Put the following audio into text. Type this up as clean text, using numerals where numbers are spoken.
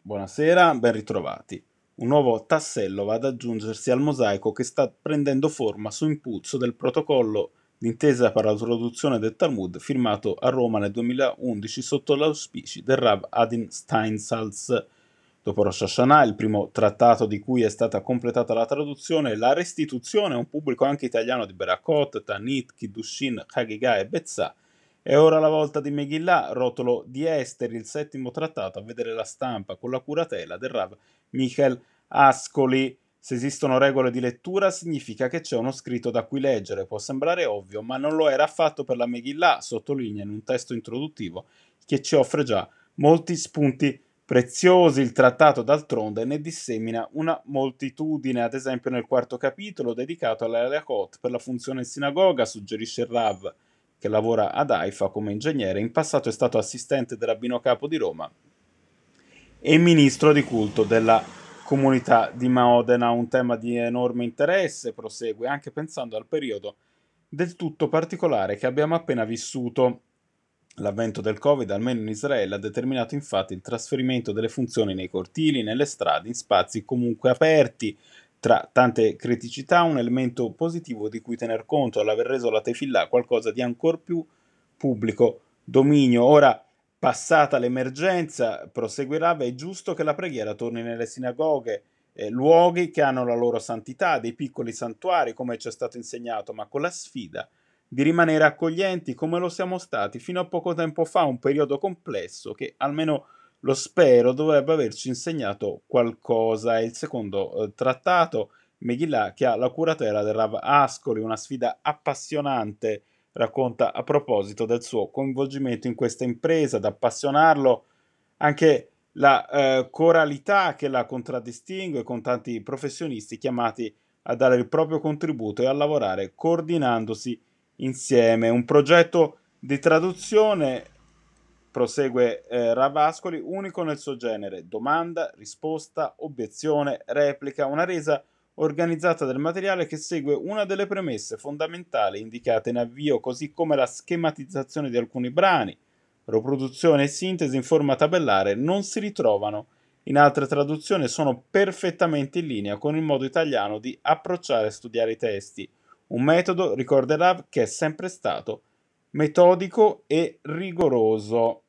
Buonasera, ben ritrovati. Un nuovo tassello va ad aggiungersi al mosaico che sta prendendo forma su impulso del protocollo d'intesa per la traduzione del Talmud firmato a Roma nel 2011 sotto l'auspici del Rav Adin Steinsaltz. Dopo Rosh Hashanah, il primo trattato di cui è stata completata la traduzione, la restituzione a un pubblico anche italiano di Berakot, Tanit, Kiddushin, Chagiga e Betzah, è ora la volta di Megillah, rotolo di Esteri, il settimo trattato, a vedere la stampa con la curatela del Rav Michael Ascoli. Se esistono regole di lettura significa che c'è uno scritto da cui leggere. Può sembrare ovvio, ma non lo era affatto per la Megillah, sottolinea in un testo introduttivo che ci offre già molti spunti preziosi. Il trattato d'altronde ne dissemina una moltitudine, ad esempio nel quarto capitolo dedicato alla Halachot per la funzione in sinagoga, suggerisce il Rav che lavora ad Haifa come ingegnere, in passato è stato assistente del rabbino capo di Roma e ministro di culto della comunità di Modena, un tema di enorme interesse, prosegue anche pensando al periodo del tutto particolare che abbiamo appena vissuto. L'avvento del Covid, almeno in Israele, ha determinato infatti il trasferimento delle funzioni nei cortili, nelle strade, in spazi comunque aperti. Tra tante criticità, un elemento positivo di cui tener conto è l'aver reso la Tefillah qualcosa di ancor più pubblico dominio. Ora, passata l'emergenza, proseguirà, è giusto che la preghiera torni nelle sinagoghe, luoghi che hanno la loro santità, dei piccoli santuari, come ci è stato insegnato, ma con la sfida di rimanere accoglienti come lo siamo stati fino a poco tempo fa, un periodo complesso che almeno lo spero dovrebbe averci insegnato qualcosa. È il secondo trattato, Megillah, che ha la curatela del Rav Ascoli, una sfida appassionante, racconta a proposito del suo coinvolgimento in questa impresa, ad appassionarlo anche la coralità che la contraddistingue con tanti professionisti chiamati a dare il proprio contributo e a lavorare coordinandosi insieme. Un progetto di traduzione, prosegue Ravascoli, unico nel suo genere: domanda, risposta, obiezione, replica, una resa organizzata del materiale che segue una delle premesse fondamentali indicate in avvio, così come la schematizzazione di alcuni brani. Riproduzione e sintesi in forma tabellare non si ritrovano in altre traduzioni e sono perfettamente in linea con il modo italiano di approcciare e studiare i testi. Un metodo, ricorda Rav, che è sempre stato metodico e rigoroso.